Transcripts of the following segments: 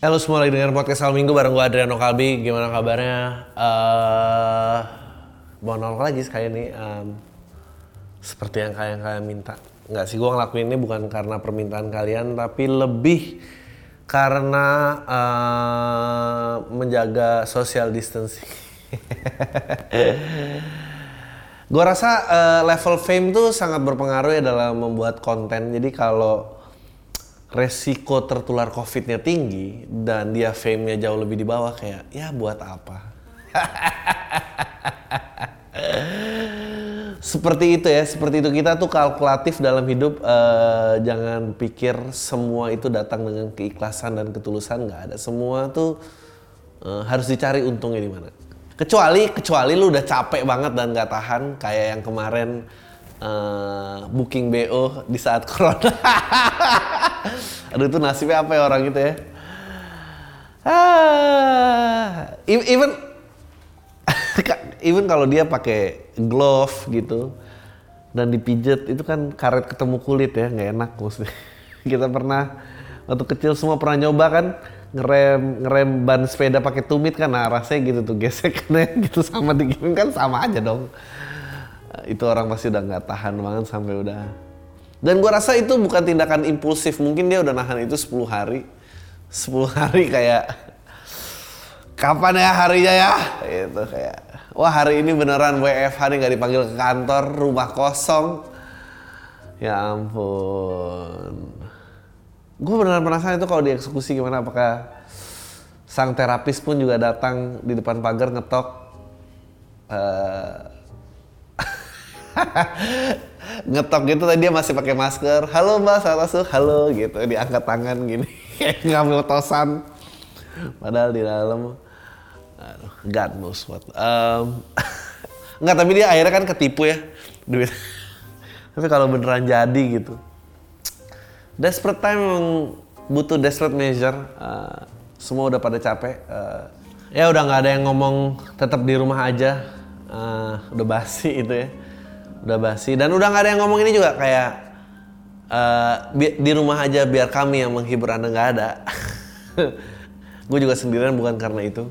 Halo semua, lagi dengerin podcast Al Minggu bareng gue Adriano Kalbi. Gimana kabarnya? Mau nongol lagi sekali ini. Seperti yang kalian minta. Nggak sih, gue ngelakuin ini bukan karena permintaan kalian, tapi lebih karena menjaga social distancing. Gue rasa level fame tuh sangat berpengaruh ya dalam membuat konten. Jadi kalau resiko tertular COVID-nya tinggi dan dia fame-nya jauh lebih di bawah, kayak ya buat apa? Seperti itu ya, seperti itu. Kita tuh kalkulatif dalam hidup. Jangan pikir semua itu datang dengan keikhlasan dan ketulusan. Nggak ada, semua tuh harus dicari untungnya di mana. Kecuali lu udah capek banget dan nggak tahan, kayak yang kemarin booking BO di saat corona. Aduh, itu nasibnya apa ya orang itu ya. Even kalau dia pakai glove gitu dan dipijet, itu kan karet ketemu kulit ya, nggak enak maksudnya. Kita pernah waktu kecil semua pernah nyoba kan ngerem ban sepeda pakai tumit kan, nah rasanya gitu tuh, gesekannya gitu sama digini kan sama aja dong. Itu orang pasti udah nggak tahan banget sampai udah. Dan gue rasa itu bukan tindakan impulsif, mungkin dia udah nahan itu 10 hari. 10 hari kayak, kapan ya harinya ya? Gitu kayak, wah hari ini beneran WFH nih, nggak dipanggil ke kantor, rumah kosong. Ya ampun. Gue beneran penasaran itu kalau dieksekusi gimana, apakah sang terapis pun juga datang di depan pagar ngetok. Ngetok gitu, tadi dia masih pakai masker. Halo mbak, saat masuk, halo gitu, diangkat tangan gini, ngambil tosan. Padahal di dalam, God knows what. Enggak, tapi dia akhirnya kan ketipu ya, duit. Tapi kalau beneran jadi gitu, desperate time memang butuh desperate measure. Semua udah pada capek. Ya udah nggak ada yang ngomong tetap di rumah aja. Udah basi itu ya. Udah basi, dan udah nggak ada yang ngomong ini juga kayak di rumah aja biar kami yang menghibur Anda, nggak ada. Gue juga sendirian bukan karena itu.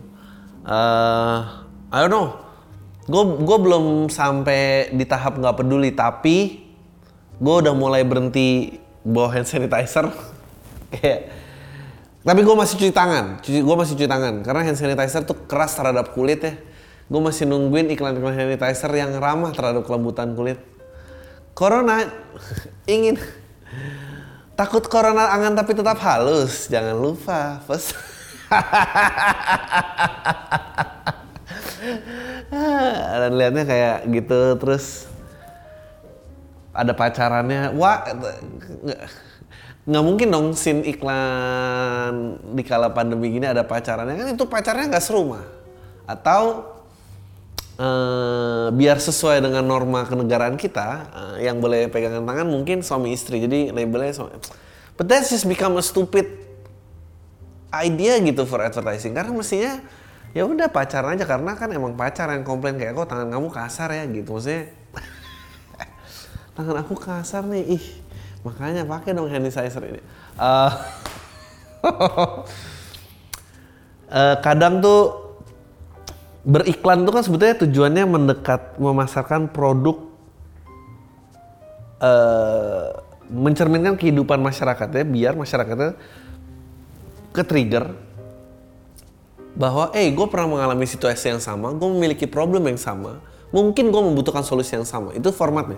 I don't know, gue belum sampai di tahap nggak peduli, tapi gue udah mulai berhenti bawa hand sanitizer. Tapi gue masih cuci tangan, karena hand sanitizer tuh keras terhadap kulit ya. Gue masih nungguin iklan-iklan sanitizer yang ramah terhadap kelembutan kulit. Corona ingin takut corona angan tapi tetap halus. Jangan lupa first. Dan liatnya kayak gitu, terus ada pacarannya. Wah, nggak mungkin dong scene iklan di kala pandemi gini ada pacarannya, kan itu pacarnya nggak serumah. Atau biar sesuai dengan norma kenegaraan kita, yang boleh pegangan tangan mungkin suami istri, jadi labelnya suami. But that's just become a stupid idea gitu for advertising, karena mestinya ya udah pacaran aja, karena kan emang pacar yang komplain kayak, kok tangan kamu kasar ya gitu, maksudnya tangan aku kasar nih, makanya pakai dong hand sanitizer ini. Kadang tuh beriklan tuh kan sebetulnya tujuannya memasarkan produk, mencerminkan kehidupan masyarakatnya, biar masyarakatnya ke-trigger bahwa gue pernah mengalami situasi yang sama, gue memiliki problem yang sama, mungkin gue membutuhkan solusi yang sama. Itu formatnya.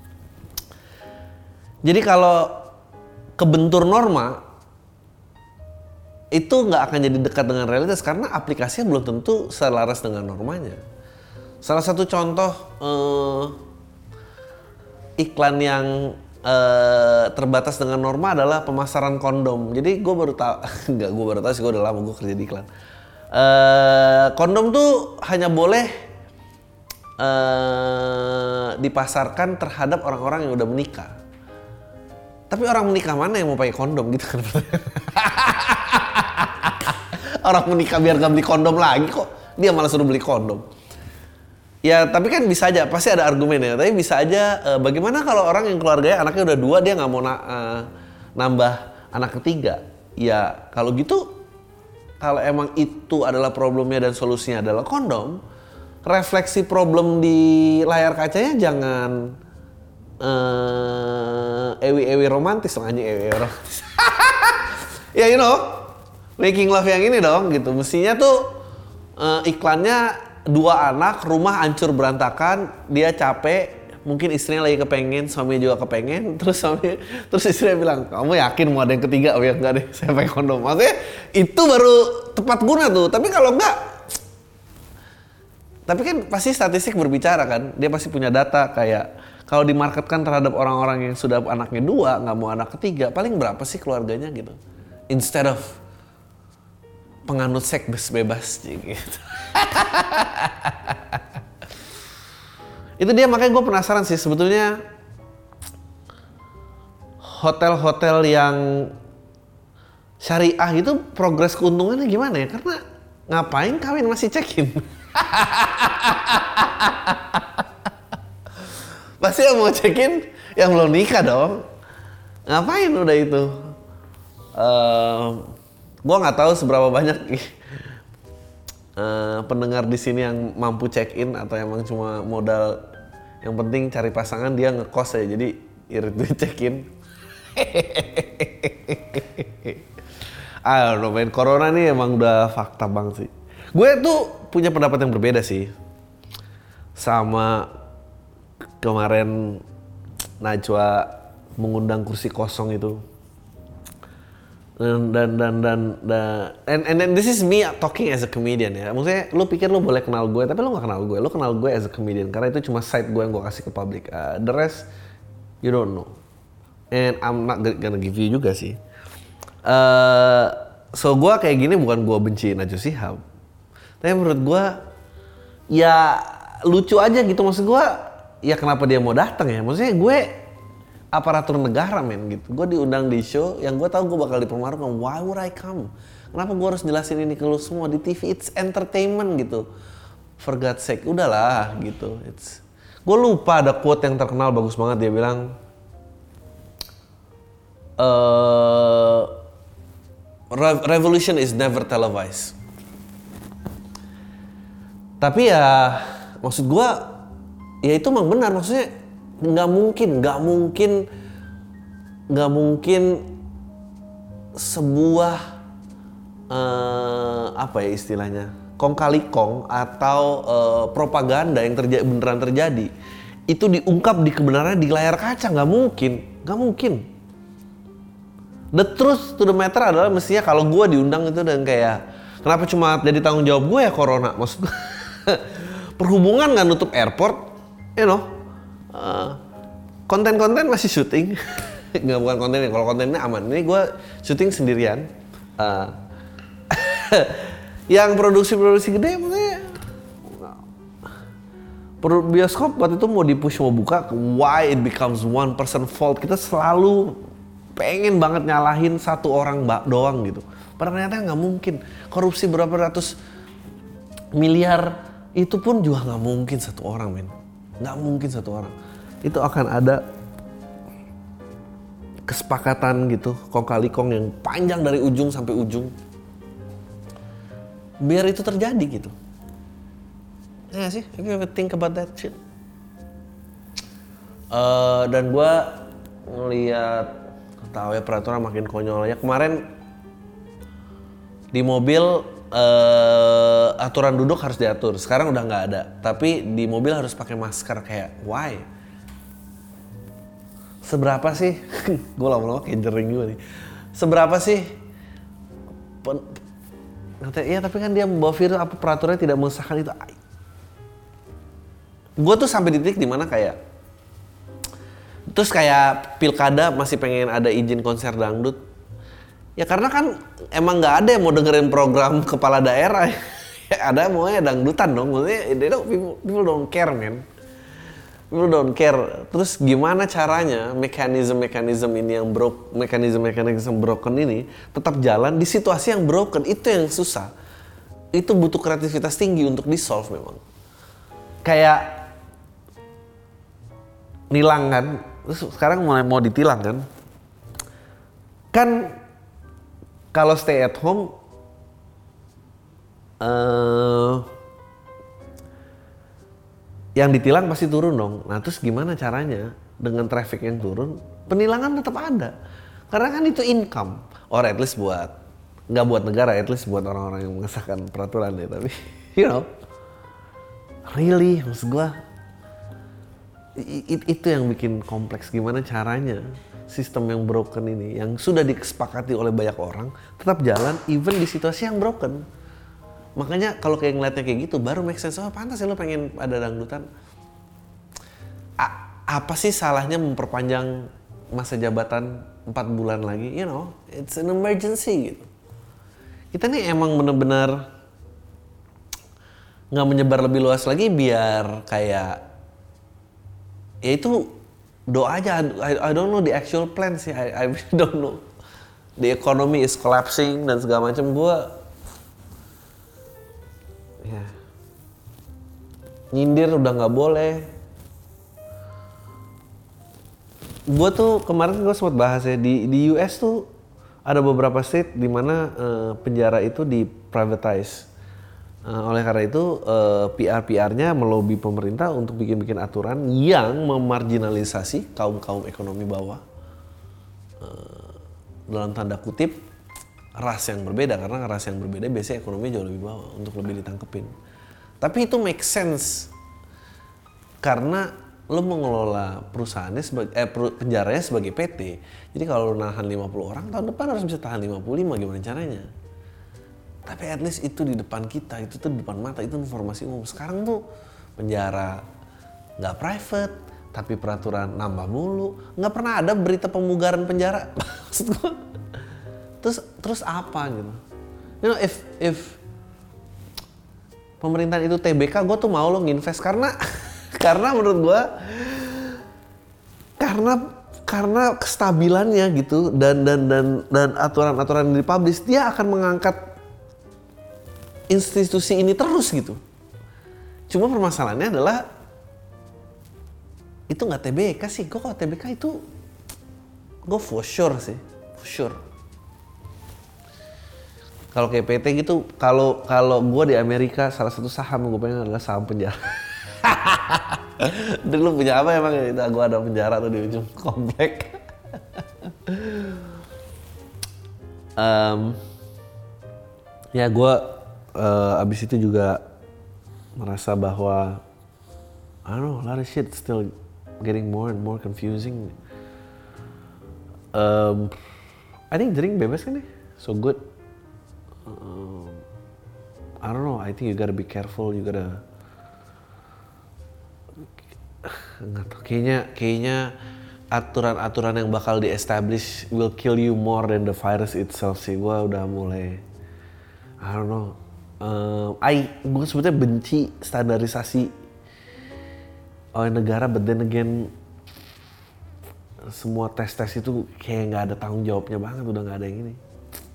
Jadi kalau kebentur norma itu nggak akan jadi dekat dengan realitas, karena aplikasinya belum tentu selaras dengan normanya. Salah satu contoh iklan yang terbatas dengan norma adalah pemasaran kondom. Jadi gue baru tahu, gue baru tahu sih, gue udah lama gue kerja di iklan. Kondom tuh hanya boleh dipasarkan terhadap orang-orang yang udah menikah. Tapi orang menikah mana yang mau pakai kondom gitu kan? Orang menikah biar gak beli kondom lagi, kok dia malah suruh beli kondom. Ya tapi kan bisa aja, pasti ada argumennya. Tapi bisa aja, bagaimana kalau orang yang keluarganya anaknya udah 2, dia gak mau nambah anak ketiga. Ya kalau gitu kalau emang itu adalah problemnya dan solusinya adalah kondom, refleksi problem di layar kacanya jangan ewi-ewi romantis dong, anjing, ewi-ewi romantis. Ya making love yang ini dong gitu. Mestinya tuh iklannya 2 anak, rumah hancur berantakan, dia capek, mungkin istrinya lagi kepengen, suami juga kepengen, terus istrinya bilang, kamu yakin mau ada yang ketiga? Oh ya enggak deh, saya pakai kondom. Maksudnya itu baru tepat guna tuh. Tapi kalau enggak, tapi kan pasti statistik berbicara kan, dia pasti punya data kayak kalau dimarketkan terhadap orang-orang yang sudah anaknya 2, nggak mau anak ketiga, paling berapa sih keluarganya gitu? Instead of penganut seks bebas gitu. Itu dia, makanya gue penasaran sih sebetulnya hotel-hotel yang syariah itu progres keuntungannya gimana ya? Karena ngapain kawin masih check-in? Pasti yang mau check-in yang belum nikah dong. Ngapain udah itu? Gue nggak tahu seberapa banyak pendengar di sini yang mampu check-in atau emang cuma modal yang penting cari pasangan, dia ngekos aja jadi irit duit check-in. I don't know man, corona nih emang udah fakta banget sih. Gue tuh punya pendapat yang berbeda sih sama kemarin Najwa mengundang kursi kosong itu. And then this is me talking as a comedian ya. Maksudnya lu pikir lu boleh kenal gue, tapi lu gak kenal gue. Lu kenal gue as a comedian karena itu cuma side gue yang gue kasih ke publik. The rest you don't know. And I'm not gonna give you juga sih. So gue kayak gini bukan gue benci Najwa Shihab, tapi menurut gue ya lucu aja gitu. Maksud gue ya kenapa dia mau datang ya. Maksudnya gue aparatur negara men gitu. Gue diundang di show yang gue tahu gue bakal dipermalukan. Why would I come? Kenapa gue harus jelasin ini ke lu semua di TV? It's entertainment gitu. For God's sake, udahlah gitu. Gue lupa ada quote yang terkenal bagus banget, dia bilang revolution is never televised. Tapi ya maksud gue ya itu emang benar, maksudnya nggak mungkin sebuah apa ya istilahnya, kong kali kong atau propaganda yang beneran terjadi itu diungkap di kebenarannya di layar kaca. Nggak mungkin. The truth to the matter adalah mestinya kalau gue diundang itu dan kayak kenapa cuma jadi tanggung jawab gue ya corona, maksud gue perhubungan nggak nutup airport, konten-konten masih syuting. Nggak, bukan kontennya, kalau kontennya aman. Ini gue syuting sendirian. Yang produksi gede makanya bioskop waktu itu mau di-push mau buka, why it becomes one person fault. Kita selalu pengen banget nyalahin satu orang doang gitu. Padahal ternyata nggak mungkin. Korupsi berapa ratus miliar itu pun juga nggak mungkin satu orang men. Nggak mungkin satu orang. Itu akan ada kesepakatan gitu, kong kali kong yang panjang dari ujung sampai ujung. Biar itu terjadi gitu. Ya sih, if you ever think about that shit. Dan gue ngeliat, tahu ya peraturan makin konyol aja. Kemarin di mobil aturan duduk harus diatur. Sekarang udah nggak ada. Tapi di mobil harus pakai masker. Kayak why? Seberapa sih? Gue lama-lama kayak jering juga nih. Seberapa sih? Iya tapi kan dia membawa virus, apa peraturannya tidak mengesahkan itu. Gue tuh sampai di titik dimana kayak terus kayak pilkada masih pengen ada izin konser dangdut. Ya karena kan emang nggak ada yang mau dengerin program kepala daerah. Ada maunya dangdutan dong. Maksudnya people don't care man. People don't care. Terus gimana caranya mekanisme ini yang mekanisme broken ini tetap jalan di situasi yang broken, itu yang susah. Itu butuh kreativitas tinggi untuk di-solve memang. Kayak nilang kan, terus sekarang mulai mau ditilang kan. Kan kalau stay at home eh yang ditilang pasti turun dong. Nah terus gimana caranya dengan traffic yang turun, penilangan tetap ada. Karena kan itu income, or at least buat, nggak buat negara, at least buat orang-orang yang mengesahkan peraturan ya. Tapi you know, really maksud gua, itu yang bikin kompleks. Gimana caranya sistem yang broken ini, yang sudah disepakati oleh banyak orang, tetap jalan even di situasi yang broken. Makanya kalau kayak ngeliatnya kayak gitu, baru make sense. Oh pantas ya lo pengen ada dangdutan. Apa sih salahnya memperpanjang masa jabatan 4 bulan lagi? You know, it's an emergency gitu. Kita nih emang bener-bener nggak menyebar lebih luas lagi biar kayak, ya itu doa aja. I don't know the actual plan sih. I really don't know. The economy is collapsing dan segala macam. Gue ya, nyindir udah nggak boleh. Gue tuh kemarin gue sempat bahas ya, di US tuh ada beberapa state di mana penjara itu di privatize. Oleh karena itu PR-nya melobi pemerintah untuk bikin aturan yang memarginalisasi kaum ekonomi bawah, dalam tanda kutip ras yang berbeda, karena ras yang berbeda biasanya ekonomi jauh lebih bawah untuk lebih ditangkepin. Tapi itu make sense karena lo mengelola perusahaannya penjaranya sebagai PT. Jadi kalau lo nahan 50 orang, tahun depan harus bisa tahan 55, gimana caranya? Tapi at least itu di depan kita, itu tuh di depan mata, itu informasi umum. Sekarang tuh penjara nggak private, tapi peraturan nambah mulu. Nggak pernah ada berita pemugaran penjara. Maksud gue, terus apa gitu? You know, if pemerintahan itu TBK, gue tuh mau lo nginvest karena menurut gue karena kestabilannya gitu dan aturan-aturan yang dipublish, dia akan mengangkat institusi ini terus gitu. Cuma permasalahannya adalah itu nggak TBK sih. Gue kalau TBK itu gue for sure sih, for sure. Kalau kayak PT gitu, kalau gue di Amerika, salah satu saham yang gue pengen adalah saham penjara. Dulu punya apa emang? Gue ada penjara tuh di ujung komplek. Ya gue abis itu juga merasa bahwa I don't know, a lot of shit still getting more and more confusing. I think drink bebas kan nih, so good. I don't know, I think you gotta be careful, you gotta nggak tahu, kayaknya aturan-aturan yang bakal di-establish will kill you more than the virus itself sih. Gue udah mulai I don't know, gue sebetulnya benci standarisasi oleh negara, but then again semua tes itu kayak nggak ada tanggung jawabnya banget, udah nggak ada yang ini.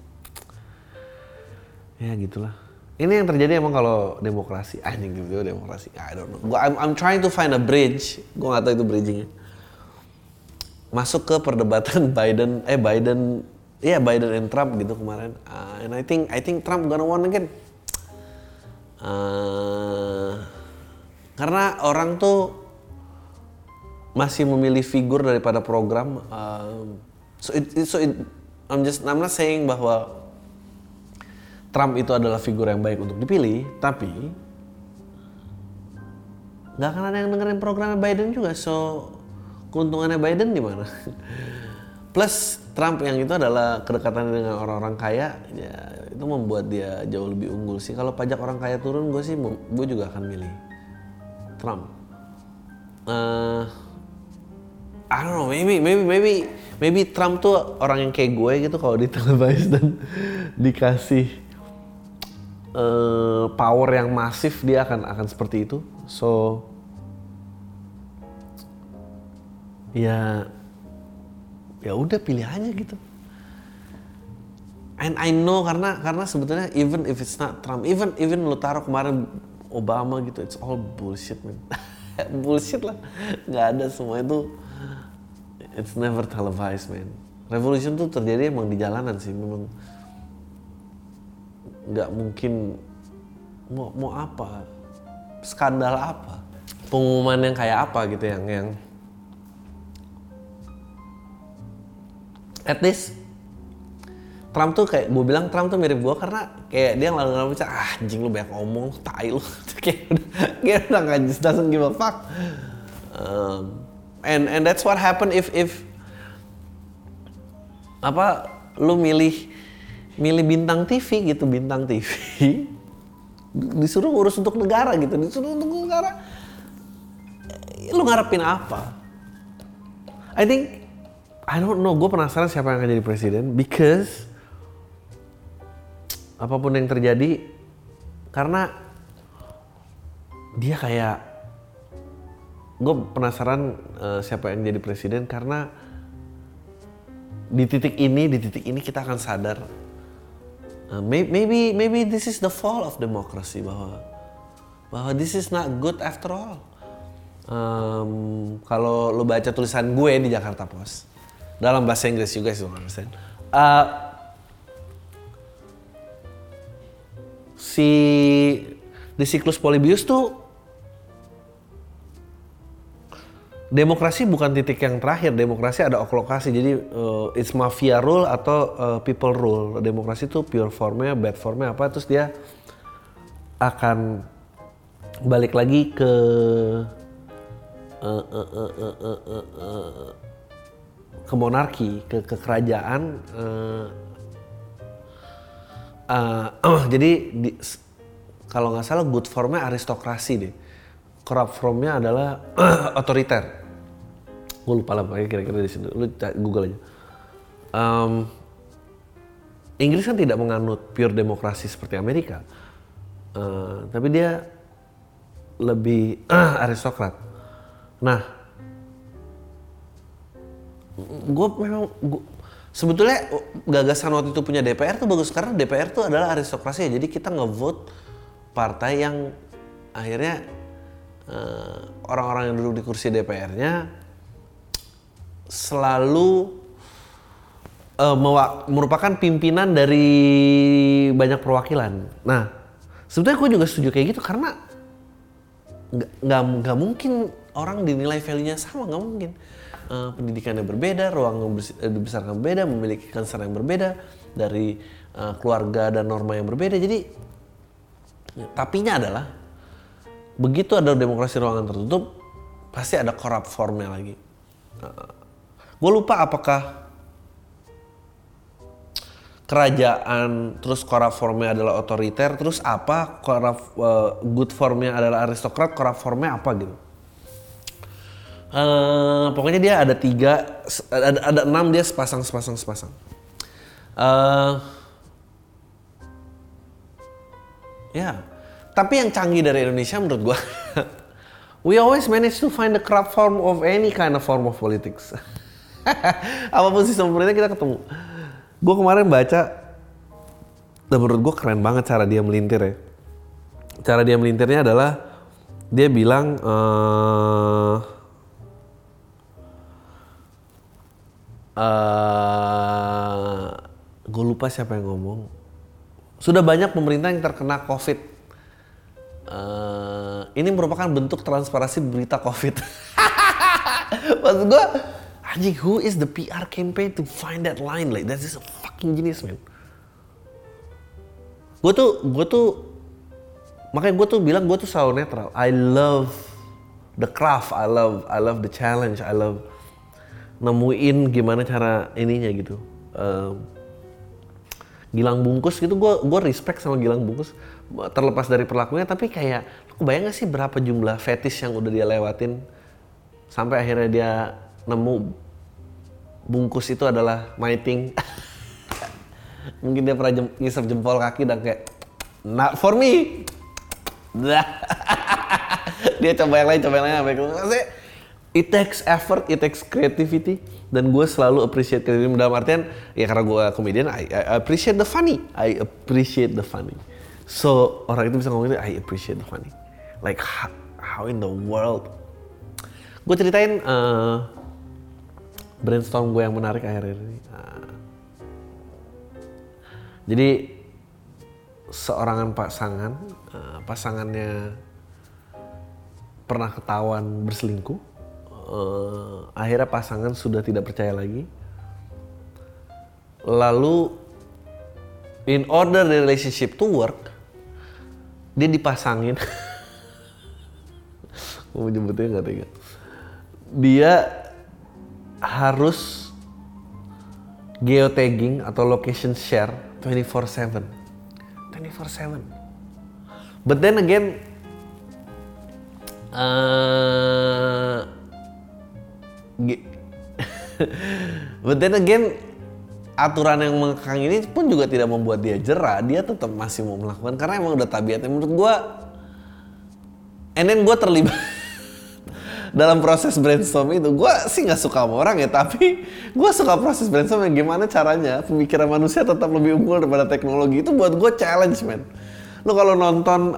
Ya gitulah. Ini yang terjadi emang kalau demokrasi. Anjing gitu demokrasi. I don't know. I'm trying to find a bridge. Gue nggak tahu itu bridgingnya. Masuk ke perdebatan Biden and Trump gitu kemarin. And I think Trump gonna win again. Karena orang tuh masih memilih figur daripada program. I'm not saying bahwa Trump itu adalah figur yang baik untuk dipilih, tapi nggak akan ada yang dengerin programnya Biden juga. So keuntungannya Biden di mana? Plus Trump yang itu adalah kedekatannya dengan orang-orang kaya, ya itu membuat dia jauh lebih unggul sih. Kalau pajak orang kaya turun, gue juga akan milih Trump. I don't know, maybe Trump tuh orang yang kayak gue gitu, kalau ditelevise dan dikasih power yang masif, dia akan seperti itu. So ya udah pilih aja gitu. And I know karena sebetulnya even if it's not Trump, even lu taruh kemarin Obama gitu, it's all bullshit man. Bullshit lah, nggak ada, semua itu it's never televised man. Revolution tuh terjadi emang di jalanan sih, memang nggak mungkin Mau apa? Skandal apa? Pengumuman yang kayak apa gitu yang at least Trump tuh kayak gue bilang Trump tuh mirip gue karena kayak dia ngelalu bicara anjing lu banyak ngomong, tai lu. kayak udah nggak just doesn't give a fuck. And that's what happen if apa lu milih bintang TV gitu, bintang TV disuruh ngurus untuk negara gitu, disuruh untuk negara, lu ngarepin apa? I don't know, gue penasaran siapa yang akan jadi presiden because apapun yang terjadi, karena dia kayak, gue penasaran siapa yang jadi presiden karena di titik ini kita akan sadar maybe this is the fall of democracy, bahwa this is not good after all. Kalau lo baca tulisan gue di Jakarta Post dalam bahasa Inggris, you guys don't understand. Di siklus Polybius tuh demokrasi bukan titik yang terakhir, demokrasi ada oklokasi, jadi it's mafia rule atau people rule. Demokrasi itu pure formnya, bad formnya apa, terus dia akan balik lagi ke monarki, ke kerajaan. Jadi kalau nggak salah good formnya aristokrasi deh, corrupt formnya adalah otoriter. Gue lupa lah, kira-kira di situ. Lu Google aja. Inggris kan tidak menganut pure demokrasi seperti Amerika, tapi dia lebih aristokrat. Nah, sebetulnya gagasan waktu itu punya DPR tuh bagus karena DPR tuh adalah aristokrasi ya. Jadi kita ngevote partai yang akhirnya orang-orang yang duduk di kursi DPR-nya selalu merupakan pimpinan dari banyak perwakilan. Nah, sebetulnya gue juga setuju kayak gitu karena nggak mungkin orang dinilai value-nya sama, nggak mungkin. Pendidikannya berbeda, ruang dibesarkan berbeda, memiliki concern yang berbeda, dari keluarga dan norma yang berbeda. Jadi tapinya adalah begitu ada demokrasi ruangan tertutup, pasti ada corrupt formnya lagi. Gue lupa apakah kerajaan terus corrupt formnya adalah otoriter, terus apa good formnya adalah aristokrat, corrupt formnya apa gitu. Pokoknya dia ada 3, ada 6, dia sepasang. Ya, tapi yang canggih dari Indonesia menurut gua, we always manage to find the corrupt form of any kind of form of politics. Apapun sistem pemerintah kita ketemu. Gue kemarin baca, dan menurut gue keren banget cara dia melintir ya. Cara dia melintirnya adalah dia bilang gue lupa siapa yang ngomong. Sudah banyak pemerintah yang terkena COVID. Ini merupakan bentuk transparansi berita COVID. Maksud gue, anjing, who is the PR campaign to find that line? Like, that's just a fucking genius, man. Gue tuh, makanya gue tuh bilang gue tuh selalu netral. I love the craft, I love the challenge, I love nemuin gimana cara ininya gitu. Gilang Bungkus gitu, gue respect sama Gilang Bungkus, terlepas dari perlakunya, tapi kayak, lu kebayang gak sih berapa jumlah fetish yang udah dia lewatin sampai akhirnya dia nemu bungkus itu adalah my thing. Mungkin dia pernah ngisap jempol kaki dan kayak not for me. Dia coba yang lain. It takes effort, it takes creativity, dan gue selalu appreciate creativity dalam artian ya karena gue komedian, I appreciate the funny. So orang itu bisa ngomong itu, I appreciate the funny. Like how in the world. Gue ceritain brainstorm gue yang menarik akhir-akhir ini. Jadi seorangan pasangan, pasangannya pernah ketahuan berselingkuh. Akhirnya pasangan sudah tidak percaya lagi. Lalu in order the relationship to work, dia dipasangin. Mau nyebutnya nggak tega. Dia harus geotagging atau location share 24/7. 24/7. But then again, aturan yang mengekang ini pun juga tidak membuat dia jera. Dia tetap masih mau melakukan karena emang udah tabiatnya menurut gua. And then gua terlibat dalam proses brainstorm itu. Gua sih nggak suka sama orang ya, tapi gua suka proses brainstorm yang gimana caranya pemikiran manusia tetap lebih unggul daripada teknologi. Itu buat gua challenge, man. Lu kalau nonton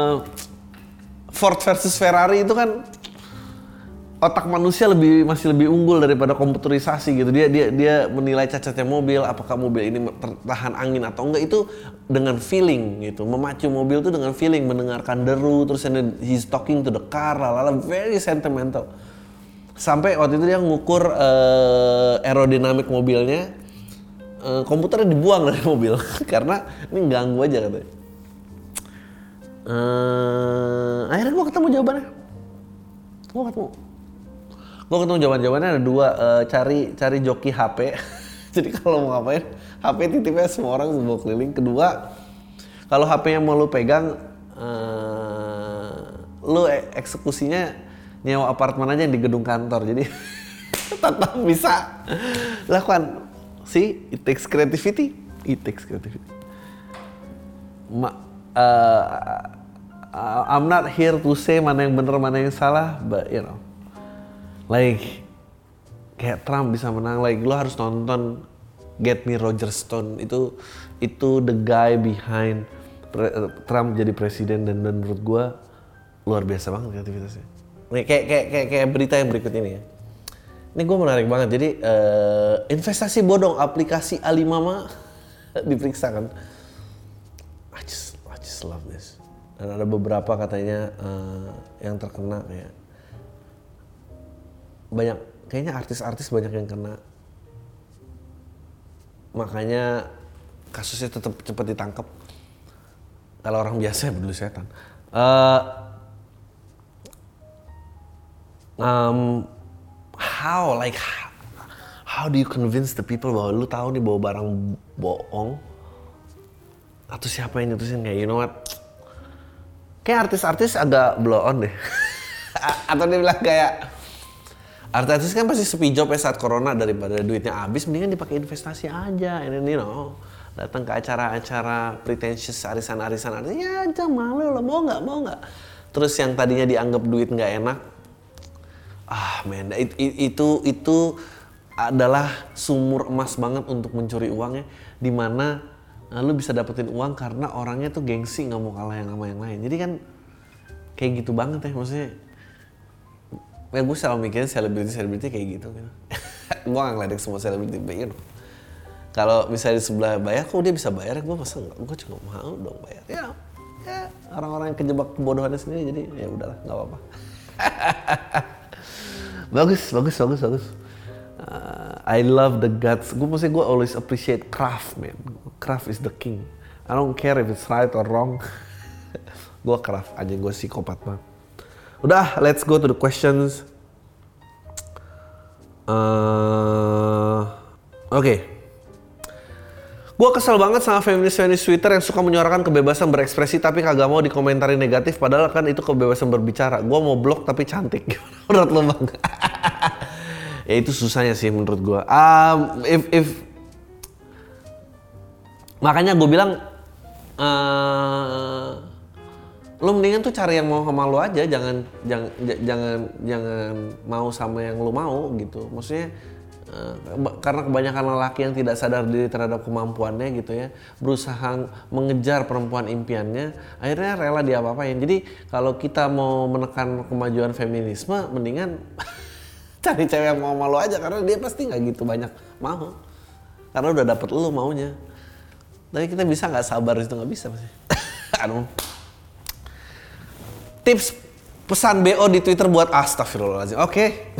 Ford versus Ferrari itu kan otak manusia masih lebih unggul daripada komputerisasi gitu. Dia menilai cacatnya mobil, apakah mobil ini tertahan angin atau enggak, itu dengan feeling gitu. Memacu mobil itu dengan feeling, mendengarkan deru, terus he's talking to the car, very sentimental. Sampai waktu itu dia ngukur aerodinamik mobilnya, komputernya dibuang dari mobil karena ini ganggu aja katanya. Akhirnya gue ketemu jawabannya. Gue ketemu jawabannya ada dua, cari joki HP. Jadi kalau mau ngapain, HP titipnya semua orang bawa keliling. Kedua, kalau HP yang mau lu pegang, lu eksekusinya nyewa apartemen aja di gedung kantor. Jadi tetap bisa lakukan. See, it takes creativity. I'm not here to say mana yang benar mana yang salah, but you know, like kayak Trump bisa menang, like lo harus nonton Get Me Roger Stone, itu the guy behind Trump jadi presiden, dan menurut gue luar biasa banget kreativitasnya. Kayak berita yang berikut ini ya. Ini gue menarik banget. Jadi investasi bodong aplikasi Alimama diperiksa kan. I just love this. Dan ada beberapa katanya yang terkena ya. Banyak, kayaknya artis-artis banyak yang kena. Makanya kasusnya tetap cepat ditangkap. Kalau orang biasa ya peduli setan. How do you convince the people bahwa lu tahu nih bahwa barang bohong? Atau siapa yang nyetusin kayak, you know what? Kayak artis-artis agak blow on deh. Atau dia bilang kayak, artis kan pasti sepi job ya saat corona, daripada duitnya habis mendingan dipakai investasi aja. And then, you know, datang ke acara-acara pretentious arisan-arisan ya aja, malu lah, mau nggak. Terus yang tadinya dianggap duit nggak enak, itu adalah sumur emas banget untuk mencuri uangnya, dimana lu bisa dapetin uang karena orangnya tuh gengsi, nggak mau kalah yang sama yang lain. Jadi kan kayak gitu banget ya, maksudnya. Ya gue selalu mikirin selebriti kayak gitu. Gue nggak ngeledek semua selebriti, you know. Kalau misalnya di sebelah bayar, kok dia bisa bayar, gue masa nggak? Gue juga mau dong bayar. Ya orang-orang yang kejebak kebodohannya sendiri, jadi ya udahlah, nggak apa-apa. Bagus. I love the guts. Gue always appreciate craft, man. Craft is the king. I don't care if it's right or wrong. Gue craft aja, gue psikopat banget. Udah, let's go to the questions. Oke. Gue kesel banget sama feminis Twitter yang suka menyuarakan kebebasan berekspresi tapi kagak mau dikomentari negatif, padahal kan itu kebebasan berbicara. Gue mau blok tapi cantik. Gimana menurut lo, Bang? Ya itu susahnya sih menurut gue. Makanya gue bilang, lu mendingan tuh cari yang mau sama lu aja, jangan mau sama yang lu mau gitu. Maksudnya karena kebanyakan lelaki yang tidak sadar diri terhadap kemampuannya gitu ya, berusaha mengejar perempuan impiannya, akhirnya rela diapa-apain. Jadi kalau kita mau menekan kemajuan feminisme, mendingan cari cewek yang mau sama lu aja, karena dia pasti nggak gitu banyak mau, karena udah dapet lu maunya. Tapi kita bisa nggak sabar itu, nggak bisa pasti. Aduh. Tips pesan BO di Twitter buat astagfirullahaladzim. Oke.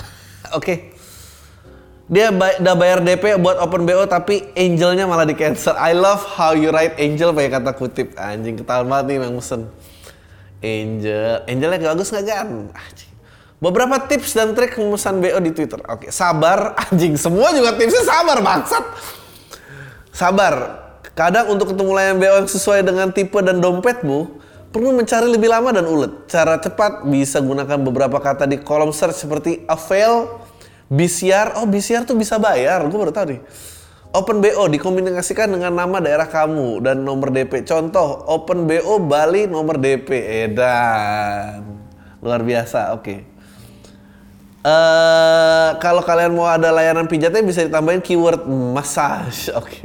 Dia udah bayar DP buat open BO tapi angelnya malah di cancel. I love how you write angel pakai kata kutip. Anjing, ketahuan banget nih yang mesen. Angelnya bagus nggak kan? Anjing. Beberapa tips dan trik memesan BO di Twitter. Oke, sabar. Anjing, semua juga tipsnya sabar, bangsat. Sabar. Kadang untuk ketemu layanan BO yang sesuai dengan tipe dan dompetmu, perlu mencari lebih lama dan ulet. Cara cepat bisa gunakan beberapa kata di kolom search seperti avail, BCR. Oh, BCR tuh bisa bayar. Gue baru tahu nih. Open BO dikombinasikan dengan nama daerah kamu dan nomor DP. Contoh, Open BO Bali nomor DP. Edan. Luar biasa. Oke. Kalau kalian mau ada layanan pijatnya bisa ditambahin keyword massage. Oke.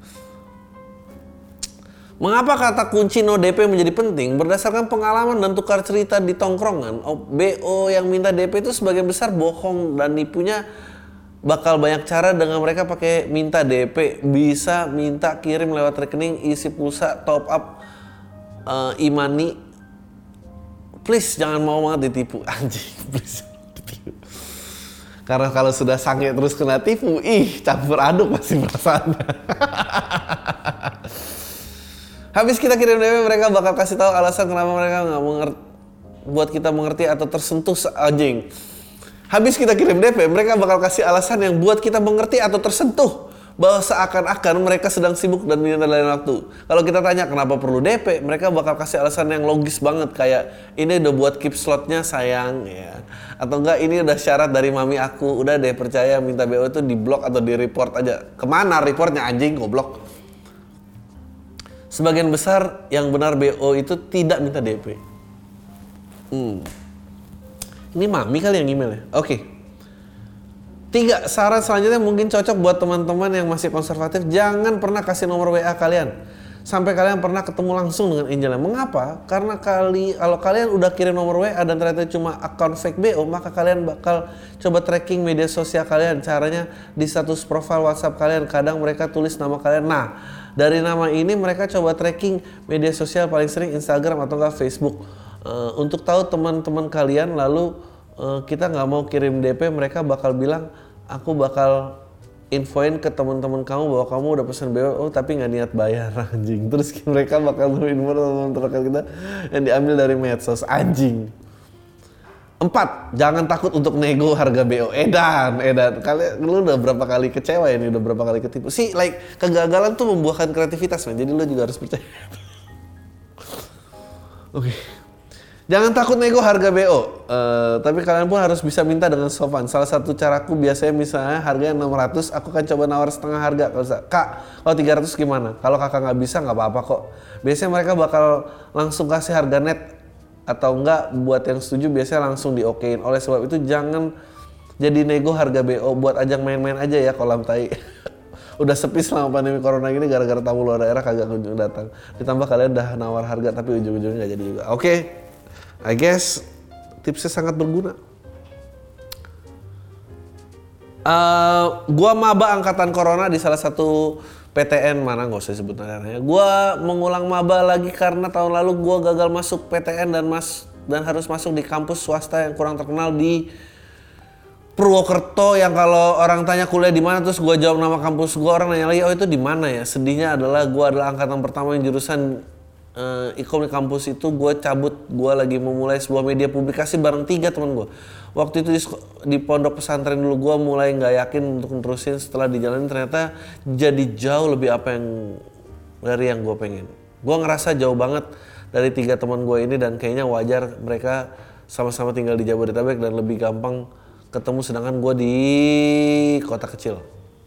Mengapa kata kunci no DP menjadi penting? Berdasarkan pengalaman dan tukar cerita di tongkrongan, BO yang minta DP itu sebagian besar bohong dan nipunya bakal banyak cara dengan mereka pakai minta DP. Bisa minta kirim lewat rekening, isi pulsa, top up, e-money. Please jangan mau banget ditipu. Anjing, please. Karena kalau sudah sange terus kena tipu, campur aduk pasti perasaannya. Habis kita kirim DP, mereka bakal kasih tahu alasan kenapa mereka nggak buat kita mengerti atau tersentuh anjing. Habis kita kirim DP, mereka bakal kasih alasan yang buat kita mengerti atau tersentuh, bahwa seakan-akan mereka sedang sibuk dan minta lain waktu. Kalau kita tanya kenapa perlu DP, mereka bakal kasih alasan yang logis banget, kayak ini udah buat keep slotnya sayang, ya. Atau enggak ini udah syarat dari mami aku, udah deh percaya minta BO itu di blok atau di report aja. Kemana reportnya anjing, goblok. Sebagian besar yang benar BO itu tidak minta DP. Ini mami kali yang email ya? Oke. 3, saran selanjutnya mungkin cocok buat teman-teman yang masih konservatif. Jangan pernah kasih nomor WA kalian sampai kalian pernah ketemu langsung dengan angelnya. Mengapa? Karena kalau kalian udah kirim nomor WA dan ternyata cuma akun fake BO, maka kalian bakal coba tracking media sosial kalian. Caranya di status profil WhatsApp kalian, kadang mereka tulis nama kalian. Nah, dari nama ini mereka coba tracking media sosial paling sering Instagram atau enggak Facebook. Untuk tahu teman-teman kalian, lalu kita nggak mau kirim DP, mereka bakal bilang, aku bakal infoin ke teman-teman kamu bahwa kamu udah pesan BO, tapi nggak niat bayar, anjing. Terus mereka bakal info teman-teman terdekat kita yang diambil dari medsos, anjing. 4, jangan takut untuk nego harga BO. Edan. Kalian lu udah berapa kali kecewa ya, udah berapa kali ketipu. Kegagalan tuh membuahkan kreativitas, man. Jadi lu juga harus percaya. Oke. Jangan takut nego harga BO, tapi kalian pun harus bisa minta dengan sopan. Salah satu caraku biasanya misalnya harganya 600, aku kan coba nawar setengah harga. Kak, kalau 300 gimana? Kalau kakak nggak bisa nggak apa-apa kok. Biasanya mereka bakal langsung kasih harga net, atau enggak buat yang setuju biasanya langsung diokein. Oleh sebab itu jangan jadi nego harga BO buat ajang main-main aja ya, kolam tai. Udah sepi selama pandemi corona gini gara-gara tamu luar daerah kagak kunjung datang. Ditambah kalian udah nawar harga tapi ujung-ujungnya nggak jadi juga. Oke. I guess tipsnya sangat berguna. Gua maba angkatan corona di salah satu PTN, mana nggak usah sebut namanya. Gua mengulang maba lagi karena tahun lalu gua gagal masuk PTN dan harus masuk di kampus swasta yang kurang terkenal di Purwokerto, yang kalau orang tanya kuliah di mana terus gua jawab nama kampus gua, orang nanya lagi, oh itu di mana ya? Sedihnya adalah gua adalah angkatan pertama yang jurusan Ikom di kampus itu. Gue cabut, gue lagi memulai sebuah media publikasi bareng 3 teman gue. Waktu itu di pondok pesantren dulu, gue mulai nggak yakin untuk nerusin. Setelah dijalanin ternyata jadi jauh lebih apa yang dari yang gue pengen. Gue ngerasa jauh banget dari 3 teman gue ini, dan kayaknya wajar mereka sama-sama tinggal di Jabodetabek dan lebih gampang ketemu, sedangkan gue di kota kecil.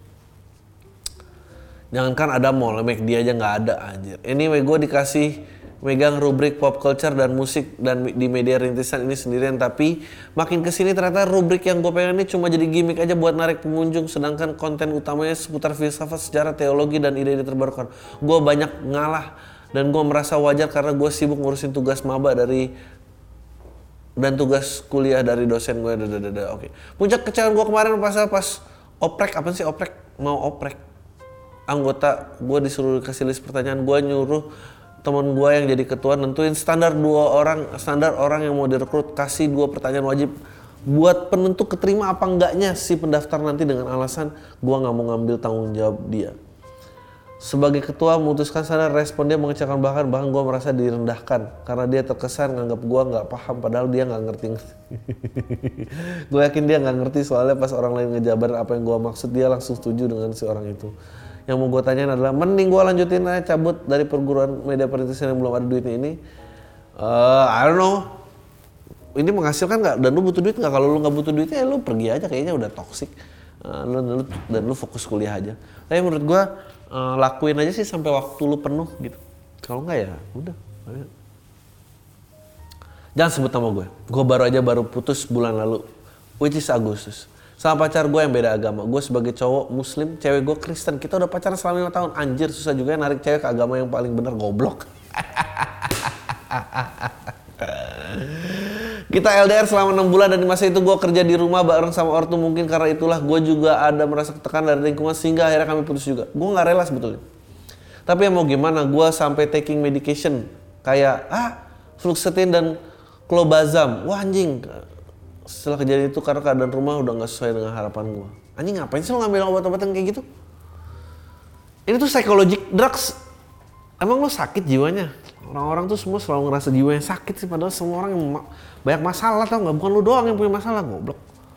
Jangankan ada mall, McD aja nggak ada anjir. Anyway, gue dikasih megang rubrik pop culture dan musik dan di media rintisan ini sendirian, tapi makin kesini ternyata rubrik yang gue pengen ini cuma jadi gimmick aja buat narik pengunjung, sedangkan konten utamanya seputar filsafat, sejarah, teologi, dan ide-ide terbarukan. Gue banyak ngalah dan gue merasa wajar karena gue sibuk ngurusin tugas maba dan tugas kuliah dari dosen gue. Oke. Puncak kecewaan gue kemarin pas oprek, apa sih oprek? Mau oprek. Anggota gue disuruh kasih list pertanyaan, gue nyuruh teman gue yang jadi ketua nentuin standar orang yang mau direkrut, kasih 2 pertanyaan wajib buat penentu keterima apa enggaknya si pendaftar nanti dengan alasan gue nggak mau ngambil tanggung jawab dia. Sebagai ketua memutuskan standar, respon dia mengecewakan, bahkan gue merasa direndahkan karena dia terkesan nganggap gue nggak paham padahal dia nggak ngerti. Gue yakin dia nggak ngerti soalnya pas orang lain ngejabarin apa yang gue maksud dia langsung setuju dengan si orang itu. Yang mau gue tanyain adalah mending gue lanjutin aja cabut dari perguruan media perintisan yang belum ada duitnya ini. I don't know. Ini menghasilkan nggak? Dan lu butuh duit nggak? Kalau lu nggak butuh duitnya, lu pergi aja, kayaknya udah toksik. Dan lu fokus kuliah aja. Tapi menurut gue lakuin aja sih sampai waktu lu penuh gitu. Kalau nggak ya udah. Jangan sebut nama gue. Gue baru putus bulan lalu, which is Agustus. Sama pacar gue yang beda agama. Gue sebagai cowok muslim, cewek gue Kristen. Kita udah pacaran selama 5 tahun. Anjir, susah juga ya narik cewek ke agama yang paling bener, goblok. Kita LDR selama 6 bulan dan di masa itu gue kerja di rumah bareng sama ortu. Mungkin karena itulah gue juga ada merasa tekanan dari lingkungan sehingga akhirnya kami putus juga. Gue gak rela sebetulnya. Tapi ya mau gimana, gue sampai taking medication kayak fluoxetine dan clobazam. Wah anjing. Setelah kejadian itu karena keadaan rumah udah gak sesuai dengan harapan gue. Anjing ngapain sih lo ngambil obat-obatan kayak gitu? Ini tuh psychologic drugs. Emang lo sakit jiwanya? Orang-orang tuh semua selalu ngerasa jiwanya sakit sih, padahal semua orang yang banyak masalah, tau gak? Bukan lu doang yang punya masalah, goblok.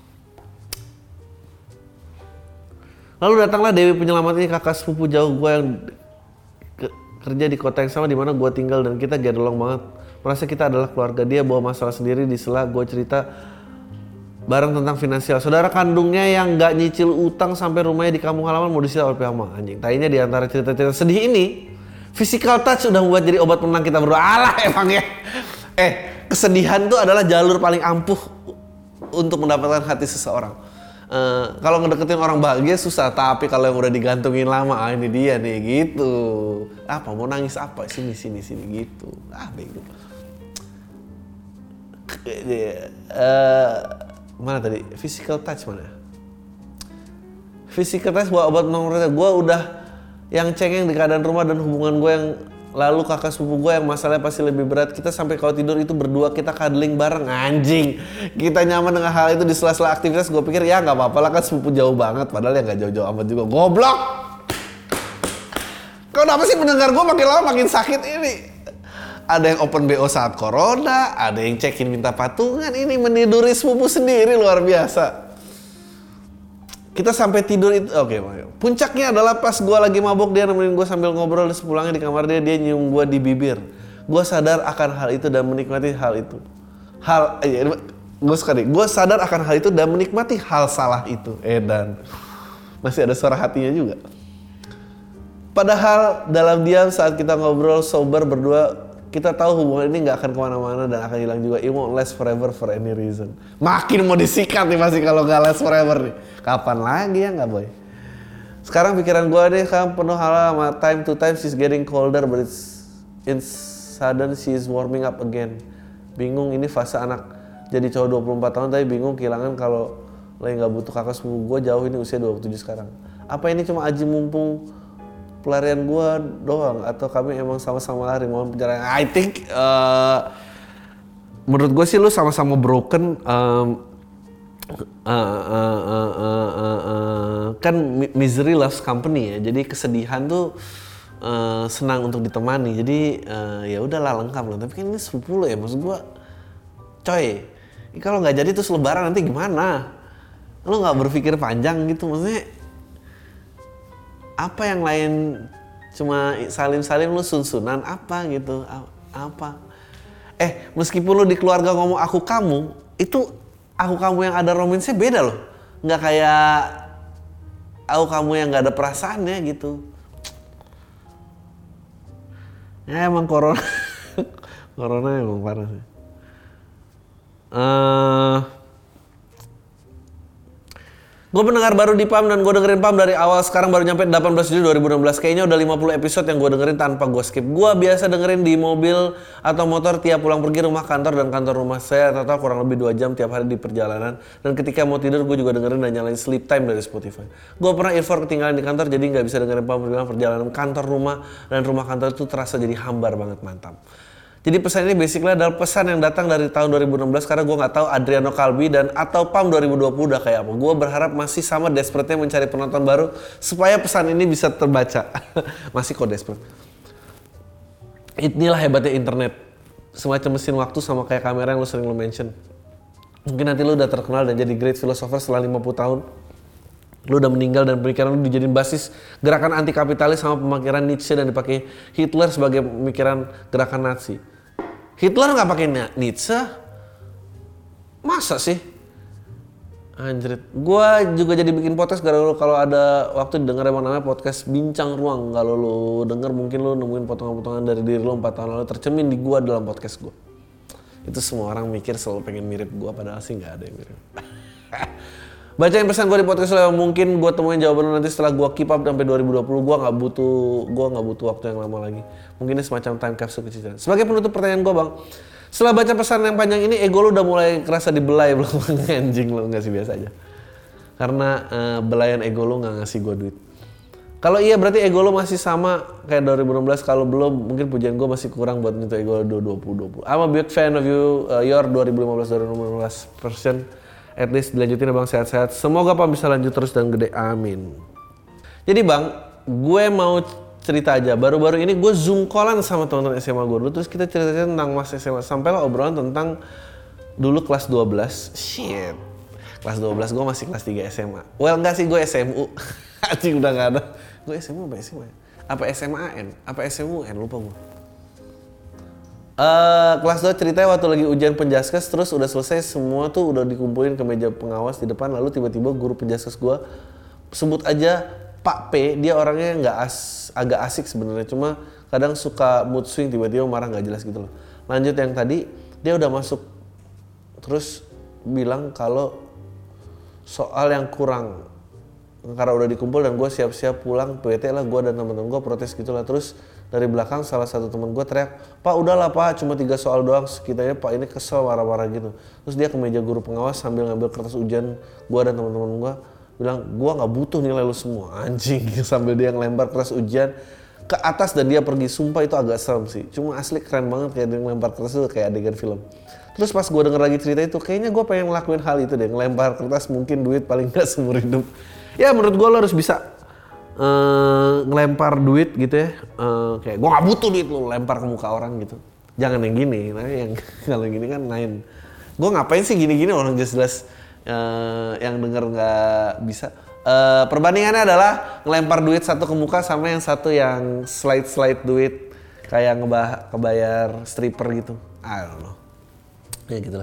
Lalu datanglah Dewi Penyelamat ini, kakak sepupu jauh gue yang kerja di kota yang sama di mana gue tinggal, dan kita get along banget. Merasa kita adalah keluarga. Dia bawa masalah sendiri, di sela gue cerita bareng tentang finansial. Saudara kandungnya yang gak nyicil utang sampai rumahnya di kampung halaman mau disita oleh pihak mama. Anjing, tadinya di antara cerita-cerita sedih ini, physical touch udah membuat jadi obat penenang kita berdua. Alah emang ya. Kesedihan tuh adalah jalur paling ampuh untuk mendapatkan hati seseorang. Kalau ngedeketin orang bahagia susah, tapi kalau yang udah digantungin lama, ini dia nih gitu. Apa mau nangis apa? Sini gitu. Bego. Mana tadi? Physical touch mana? Physical touch buat obat penenang. Gue udah yang cengeng di keadaan rumah dan hubungan gue yang lalu kakak sepupu gue yang masalahnya pasti lebih berat. Kita sampai kalau tidur itu berdua kita cuddling bareng, anjing. Kita nyaman dengan hal itu di sela-sela aktivitas. Gue pikir ya nggak apa-apa lah, kan sepupu jauh banget, padahal ya nggak jauh-jauh amat juga. Goblok. Kenapa sih mendengar gue makin lama makin sakit ini? Ada yang open BO saat corona, ada yang check-in minta patungan. Ini meniduri sepupu sendiri, luar biasa. Kita sampai tidur itu, oke. Puncaknya adalah pas gue lagi mabok, dia nemenin gue sambil ngobrol di sepulangnya di kamar dia nyium gue di bibir. Gue sadar akan hal itu dan menikmati hal itu. Gue sadar akan hal itu dan menikmati hal salah itu. Dan masih ada suara hatinya juga. Padahal dalam diam saat kita ngobrol sober berdua, kita tahu hubungan ini gak akan kemana-mana dan akan hilang juga. It won't last forever for any reason. Makin mau disikat nih masih kalau gak last forever nih. Kapan lagi ya gak boy? Sekarang pikiran gue deh kan penuh hal sama time to time she's getting colder but it's sudden she's warming up again. Bingung, ini fase anak jadi cowok 24 tahun tapi bingung kehilangan kalau lagi gak butuh kakak sepupu gue jauh ini usia 27 sekarang. Apa ini cuma aji mumpung pelarian gue doang atau kami emang sama-sama lari mohon pencerahan? I think menurut gue sih lu sama-sama broken. Kan misery loves company ya, jadi kesedihan tuh senang untuk ditemani, jadi ya udahlah lengkap loh. Tapi kan ini sepupu lo ya, maksud gue coy, kalau nggak jadi terus lebaran nanti gimana? Lo nggak berpikir panjang gitu, maksudnya apa yang lain cuma salim-salim lu sun-sunan apa gitu, apa? Meskipun lu di keluarga ngomong aku kamu, itu aku kamu yang ada romansnya beda loh, nggak kayak aku kamu yang nggak ada perasaannya gitu. Ya emang corona emang parah sih. Gue pendengar baru di PAM dan gue dengerin PAM dari awal, sekarang baru nyampe 18 Juli 2016. Kayaknya udah 50 episode yang gue dengerin tanpa gue skip. Gue biasa dengerin di mobil atau motor tiap pulang pergi rumah kantor dan kantor rumah saya. Total kurang lebih 2 jam tiap hari di perjalanan. Dan ketika mau tidur gue juga dengerin dan nyalain sleep time dari Spotify. Gue pernah earphone ketinggalan di kantor jadi gak bisa dengerin PAM perjalanan kantor rumah. Dan rumah kantor itu terasa jadi hambar banget, mantap. Jadi pesan ini basically adalah pesan yang datang dari tahun 2016 karena gue nggak tahu Adriano Calbi dan atau PAM 2020 udah kayak apa. Gue berharap masih sama desperate-nya mencari penonton baru supaya pesan ini bisa terbaca. Masih kok desperate. Inilah hebatnya internet. Semacam mesin waktu sama kayak kamera yang lu mention. Mungkin nanti lu udah terkenal dan jadi great philosopher setelah 50 tahun. Lu udah meninggal dan pemikiran lu dijadiin basis gerakan anti kapitalis sama pemikiran Nietzsche dan dipakai Hitler sebagai pemikiran gerakan Nazi. Hitler nggak pakai Nietzsche? Masa sih? Anjrit. Gua juga jadi bikin podcast kalau ada waktu denger emang namanya podcast Bincang Ruang. Kalau lu denger mungkin lu nemuin potongan-potongan dari diri lu 4 tahun lalu tercermin di gua dalam podcast gua. Itu semua orang mikir selalu pengen mirip gua padahal sih nggak ada yang mirip. Bacain pesan gue di podcast lo, mungkin gue temuin jawaban nanti setelah gue keep up sampai 2020. Gue nggak butuh waktu yang lama lagi. Mungkin ini semacam time capsule kecil. Sebagai penutup pertanyaan gue bang, setelah baca pesan yang panjang ini, ego lo udah mulai kerasa dibelai belum? Anjing lo, nggak sih, biasa aja. Karena belayan ego lo nggak ngasih gue duit. Kalau iya berarti ego lo masih sama kayak 2016. Kalau belum, mungkin pujian gue masih kurang buat nyentuh ego lo 2020. I'm a big fan of you, your 2015-2016 version. At least dilanjutin ya bang, sehat-sehat. Semoga Pak bisa lanjut terus dan gede, amin. Jadi bang, gue mau cerita aja. Baru-baru ini gue zoom callan sama teman-teman SMA gue dulu. Terus kita cerita tentang mas SMA. Sampailah obrolan tentang dulu kelas 12. Shit. Kelas 12 gue masih kelas 3 SMA. Well enggak sih, gue SMU. Anjing udah gak ada. Gue SMU apa SMA? Apa SMAN? Apa SMUN? Lupa gue. Kelas 2 ceritanya waktu lagi ujian penjaskes, terus udah selesai semua tuh udah dikumpulin ke meja pengawas di depan, lalu tiba-tiba guru penjaskes gue sebut aja Pak P, dia orangnya agak asik sebenarnya, cuma kadang suka mood swing, tiba-tiba marah nggak jelas gitu loh. Lanjut yang tadi, dia udah masuk terus bilang kalau soal yang kurang karena udah dikumpul dan gue siap-siap pulang PT lah, gue dan teman-teman gue protes gitulah. Terus dari belakang salah satu teman gue teriak, Pak udahlah Pak, cuma 3 soal doang. Sekitanya Pak ini kesel marah-marah gitu. Terus dia ke meja guru pengawas sambil ngambil kertas ujian gue dan teman-teman gue, bilang gue nggak butuh nilai lu semua, anjing. Sambil dia ngelempar kertas ujian ke atas dan dia pergi. Sumpah itu agak serem sih, cuma asli keren banget kayak dia ngelempar kertas itu kayak adegan film. Terus pas gue denger lagi cerita itu, kayaknya gue pengen ngelakuin hal itu deh, ngelempar kertas, mungkin duit paling nggak seumur hidup. Ya menurut gue lo harus bisa ngelempar duit gitu ya, kayak gue nggak butuh duit, lo lempar ke muka orang gitu. Jangan yang gini, nah yang kalau gini kan lain. Gue ngapain sih gini-gini, orang jelas-jelas yang denger nggak bisa. Perbandingannya adalah ngelempar duit satu ke muka sama yang satu yang slide duit kayak kebayar stripper gitu. I don't know. Ya gitulah.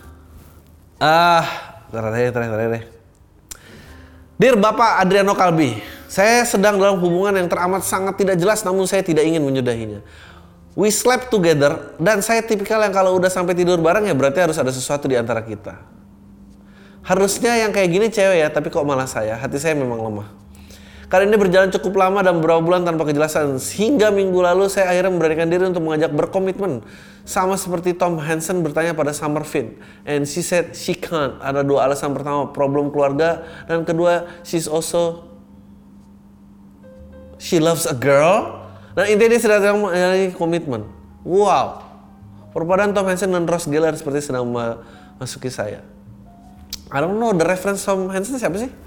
Terakhir deh. Dear Bapak Adriano Calbi, saya sedang dalam hubungan yang teramat sangat tidak jelas, namun saya tidak ingin menyudahinya. We slept together, dan saya tipikal yang kalau udah sampai tidur bareng ya berarti harus ada sesuatu di antara kita. Harusnya yang kayak gini cewek ya, tapi kok malah saya, hati saya memang lemah. Kali ini berjalan cukup lama dan beberapa bulan tanpa kejelasan, hingga minggu lalu saya akhirnya memberanikan diri untuk mengajak berkomitmen. Sama seperti Tom Hansen bertanya pada Summer Finn, and she said she can't. Ada 2 alasan, pertama problem keluarga, dan kedua she loves a girl. Dan intinya dia sedang menjalani komitmen. Wow, perpaduan Tom Hansen dan Ross Geller seperti sedang memasuki saya. I don't know, the reference Tom Hansen siapa sih?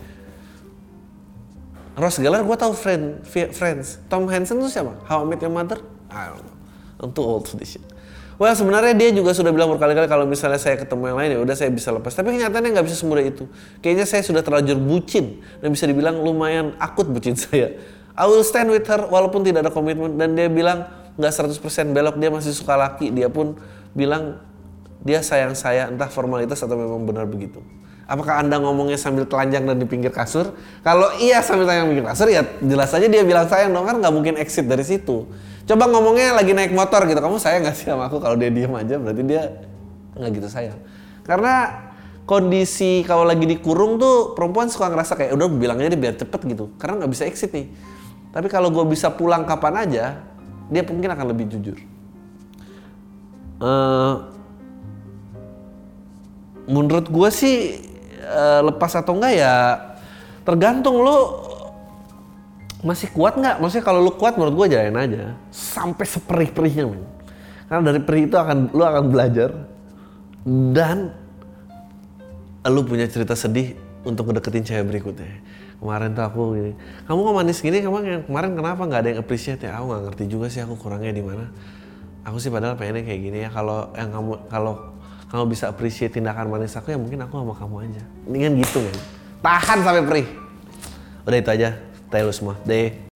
Ross Geller gue tau Friends. Tom Hansen tuh siapa? How I Met Your Mother? I don't know. I'm too old for this shit. Well sebenarnya dia juga sudah bilang berkali-kali kalau misalnya saya ketemu yang lain ya udah saya bisa lepas. Tapi kenyataannya nggak bisa semudah itu. Kayaknya saya sudah terlanjur bucin dan bisa dibilang lumayan akut bucin saya. I will stand with her walaupun tidak ada komitmen, dan dia bilang nggak 100% belok, dia masih suka laki. Dia pun bilang dia sayang saya, entah formalitas atau memang benar begitu. Apakah Anda ngomongnya sambil telanjang dan di pinggir kasur? Kalau iya sambil telanjang di pinggir kasur ya jelas aja dia bilang sayang dong, kan nggak mungkin exit dari situ. Coba ngomongnya lagi naik motor gitu, kamu sayang nggak sih sama aku? Kalau dia diem aja berarti dia nggak gitu sayang. Karena kondisi kalau lagi dikurung tuh perempuan suka ngerasa kayak udah bilang aja deh biar cepet gitu, karena nggak bisa exit nih. Tapi kalau gue bisa pulang kapan aja, dia mungkin akan lebih jujur. Menurut gue sih lepas atau enggak ya tergantung lo masih kuat nggak. Maksudnya kalau lo kuat menurut gue jalanin aja sampai seperih-perihnya, men. Karena dari perih itu lo akan belajar dan lo punya cerita sedih untuk ngedeketin cewek berikutnya. Kemarin tuh aku gini, kamu kok manis gini, kemarin kenapa nggak ada yang appreciate ya? Aku nggak ngerti juga sih aku kurangnya di mana. Aku sih padahal pengennya kayak gini ya. Kalau kamu bisa appreciate tindakan manis aku ya mungkin aku sama kamu aja. Mendingan gitu kan. Tahan sampai perih. Udah itu aja. Teh lu semua. Deh.